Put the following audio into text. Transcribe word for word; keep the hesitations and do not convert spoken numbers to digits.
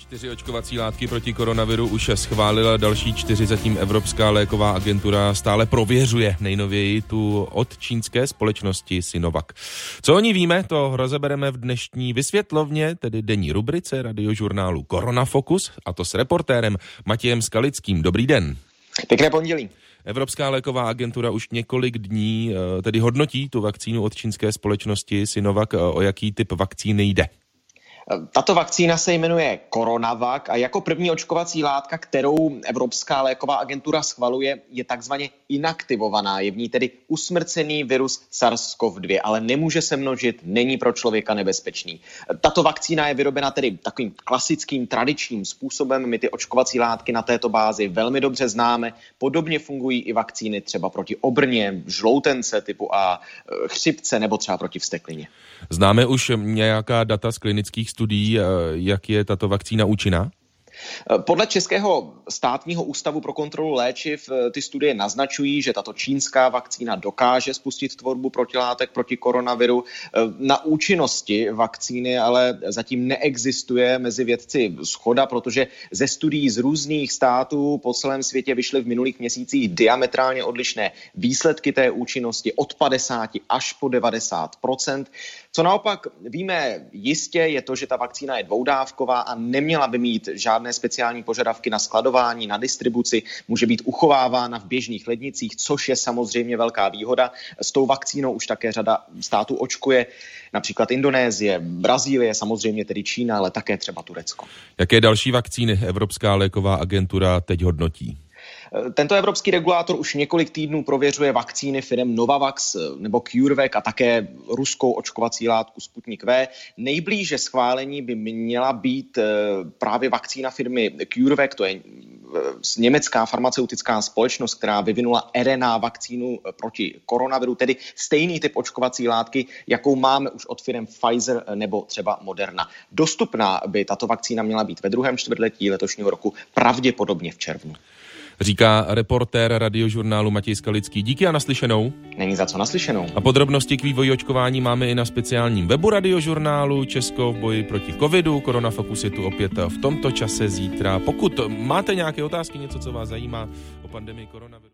Čtyři očkovací látky proti koronaviru už schválila, další čtyři zatím Evropská léková agentura stále prověřuje, nejnověji tu od čínské společnosti Sinovac. Co o ní víme, to rozebereme v dnešní vysvětlovně, tedy denní rubrice radiožurnálu Koronafokus, a to s reportérem Matějem Skalickým. Dobrý den. Pěkné pondělí. Evropská léková agentura už několik dní tedy hodnotí tu vakcínu od čínské společnosti Sinovac. O jaký typ vakcíny jde? Tato vakcína se jmenuje Coronavac a jako první očkovací látka, kterou Evropská léková agentura schvaluje, je takzvaně inaktivovaná. Je v ní tedy usmrcený virus SARS-C o V dva, ale nemůže se množit, není pro člověka nebezpečný. Tato vakcína je vyrobena tedy takovým klasickým tradičním způsobem. My ty očkovací látky na této bázi velmi dobře známe. Podobně fungují i vakcíny třeba proti obrně, žloutence typu A, chřipce nebo třeba proti vzteklině. Známe už nějaká data z klinických studií, jak je tato vakcína účinná? Podle Českého státního ústavu pro kontrolu léčiv ty studie naznačují, že tato čínská vakcína dokáže spustit tvorbu protilátek proti koronaviru. Na účinnosti vakcíny ale zatím neexistuje mezi vědci shoda, protože ze studií z různých států po celém světě vyšly v minulých měsících diametrálně odlišné výsledky té účinnosti od padesát až po devadesát procent. Co naopak víme jistě je to, že ta vakcína je dvoudávková a neměla by mít žádné speciální požadavky na skladování, na distribuci, může být uchovávána v běžných lednicích, což je samozřejmě velká výhoda. S tou vakcínou už také řada států očkuje, například Indonésie, Brazílie, samozřejmě tedy Čína, ale také třeba Turecko. Jaké další vakcíny Evropská léková agentura teď hodnotí? Tento evropský regulátor už několik týdnů prověřuje vakcíny firem Novavax nebo CureVac a také ruskou očkovací látku Sputnik V. Nejblíže schválení by měla být právě vakcína firmy CureVac, to je německá farmaceutická společnost, která vyvinula R N A vakcínu proti koronaviru, tedy stejný typ očkovací látky, jakou máme už od firem Pfizer nebo třeba Moderna. Dostupná by tato vakcína měla být ve druhém čtvrtletí letošního roku, pravděpodobně v červnu. Říká reportér radiožurnálu Matěj Skalický. Díky a naslyšenou. Není za co naslyšenou. A podrobnosti k vývoji očkování máme i na speciálním webu radiožurnálu Česko v boji proti covidu. Koronafokus je tu opět v tomto čase zítra. Pokud máte nějaké otázky, něco, co vás zajímá o pandemii koronaviru.